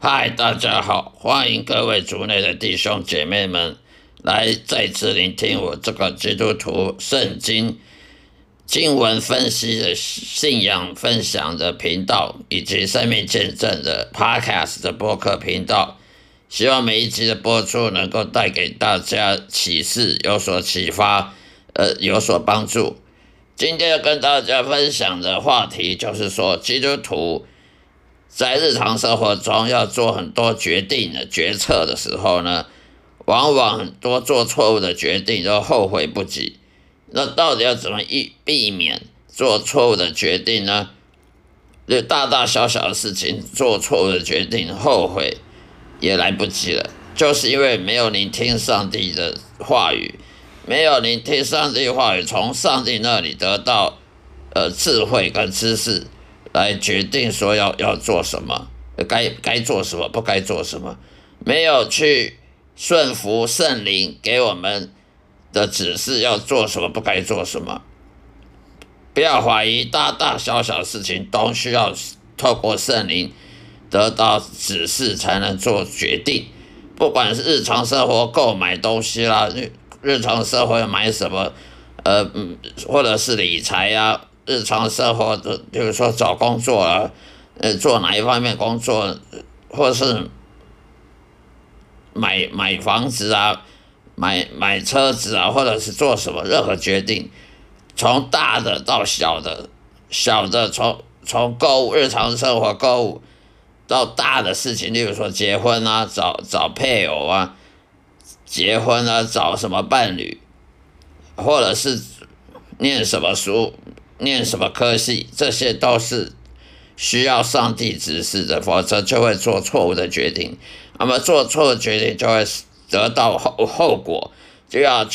嗨，大家好，欢迎各位族内的弟兄姐妹们来再次聆听我这个基督徒圣经经文分析的信仰分享的频道，以及生命见证的 Podcast 的播客频道。希望每一集的播出能够带给大家启示，有所启发，有所帮助。今天要跟大家分享的话题就是说，基督徒在日常生活中要做很多决策的时候呢，往往很多做错误的决定都后悔不及。那到底要怎么避免做错误的决定呢？就大大小小的事情做错误的决定，后悔也来不及了，就是因为没有聆听上帝的话语，没有聆听上帝话语，从上帝那里得到智慧跟知识，来决定说要做什么，该做什么，不该做什么，没有去顺服圣灵给我们的指示，要做什么，不该做什么。不要怀疑，大大小小事情都需要透过圣灵得到指示才能做决定。不管是日常生活购买东西啦，日常生活买什么，或者是理财啊，日常生活的，比如说找工作啊，做哪一方面工作，或是买房子啊，买车子啊，或者是做什么任何决定，从大的到小的，小的从购物日常生活购物到大的事情，例如说结婚啊，找配偶啊，结婚啊，找什么伴侣，或者是念什么书，念什么科系，这些都是需要上帝指示的，否则就会做错误的决定。那么做错的决定就会得到后果，就要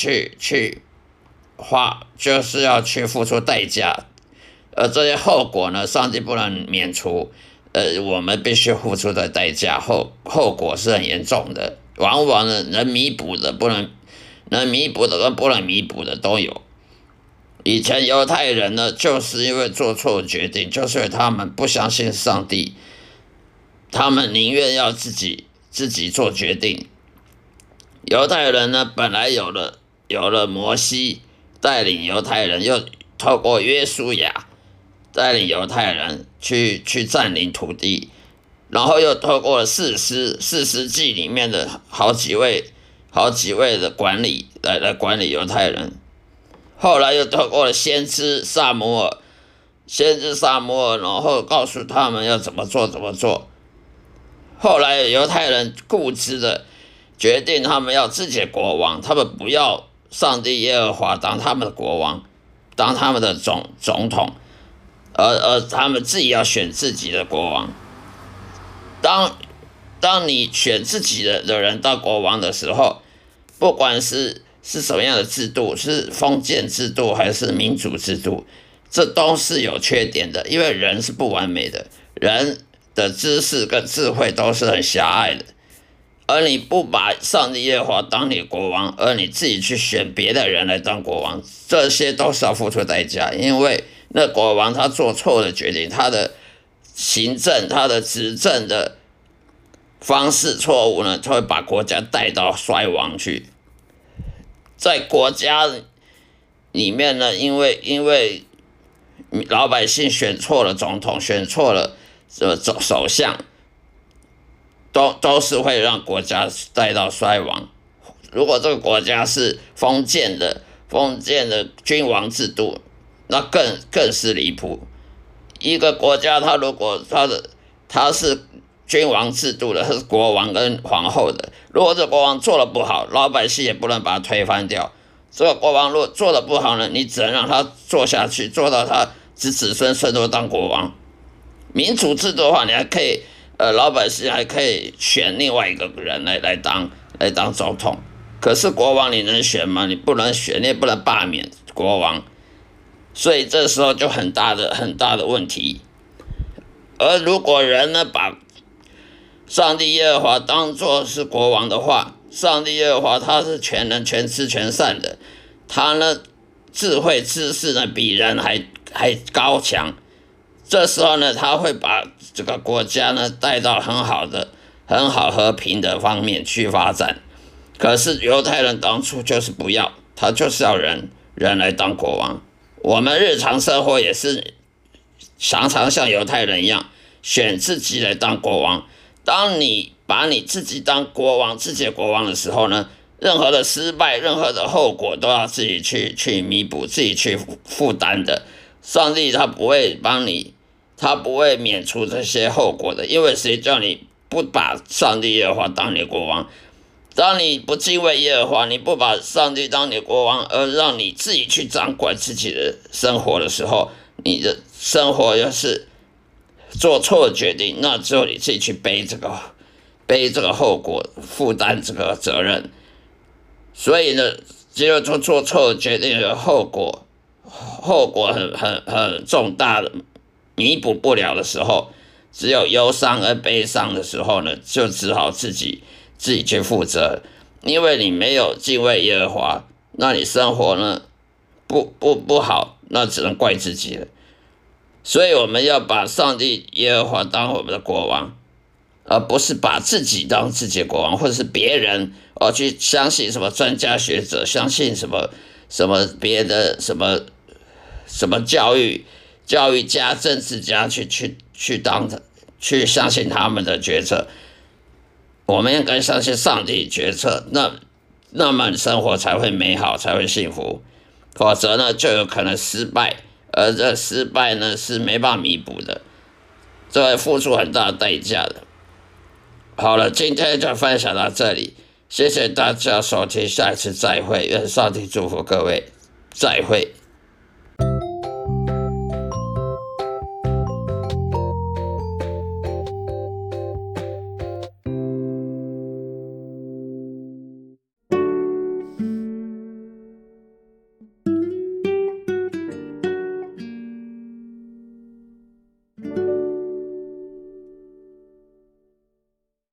就是要去付出代价。而这些后果呢，上帝不能免除，我们必须付出的代价，后果是很严重的，往往呢能弥补的能弥补的跟不能弥补的都有。以前犹太人呢，就是因为做错决定，就是因为他们不相信上帝，他们宁愿要自己做决定。犹太人呢，本来有了摩西带领犹太人，又透过约书亚带领犹太人去占领土地，然后又透过了士师记里面的好几位的管理来管理犹太人。后来又透过了先知撒母耳，然后告诉他们要怎么做。后来犹太人固执的决定，他们要自己的国王，他们不要上帝耶和华当他们的国王，当他们的总统，而他们自己要选自己的国王。当你选自己的人当国王的时候，不管是什么样的制度，是封建制度还是民主制度，这都是有缺点的，因为人是不完美的，人的知识跟智慧都是很狭隘的。而你不把上帝耶和华当你国王，而你自己去选别的人来当国王，这些都是要付出代价。因为那国王他做错了决定，他的行政他的执政的方式错误呢，就会把国家带到衰亡去。在国家里面呢，因为老百姓选错了总统，选错了首相，都是会让国家带到衰亡。如果这个国家是封建的君王制度，那更是离谱。一个国家，它如果它是君王制度的，它是国王跟皇后的，如果这国王做的不好，老百姓也不能把它推翻掉。这个国王如果做的不好呢，你只能让他做下去，做到他子孙都当国王。民主制度的话，你还可以老百姓还可以选另外一个人来当总统。可是国王你能选吗？你不能选，你也不能罢免国王。所以这时候就很大的问题。而如果人呢把上帝耶和华当作是国王的话，上帝耶和华他是全能全知全善的，他呢智慧知识呢比人还高强。这时候呢，他会把这个国家呢带到很好的很好和平的方面去发展。可是犹太人当初就是不要，他就是要人来当国王。我们日常生活也是常常像犹太人一样，选自己来当国王。当你把你自己当国王，自己的国王的时候呢，任何的失败，任何的后果都要自己去弥补，自己去负担的。上帝他不会帮你，他不会免除这些后果的，因为谁叫你不把上帝耶和华当你的国王？当你不敬畏耶和华，你不把上帝当你的国王，而让你自己去掌管自己的生活的时候，你的生活要是做错决定，那只有你自己去背这个后果，负担这个责任。所以呢，只有做错决定的后果很重大的，弥补不了的时候，只有忧伤而悲伤的时候呢，就只好自己去负责。因为你没有敬畏耶和华，那你生活呢不好，那只能怪自己了。所以我们要把上帝耶和华当我们的国王，而不是把自己当自己的国王，或者是别人去相信什么专家学者，相信什么别的什么教育家、政治家去相信他们的决策。我们应该相信上帝决策，那么生活才会美好，才会幸福。否则呢，就有可能失败，而这失败呢是没办法弥补的，这会付出很大的代价的。好了，今天就分享到这里，谢谢大家收听，下一次再会，愿上帝祝福各位，再会。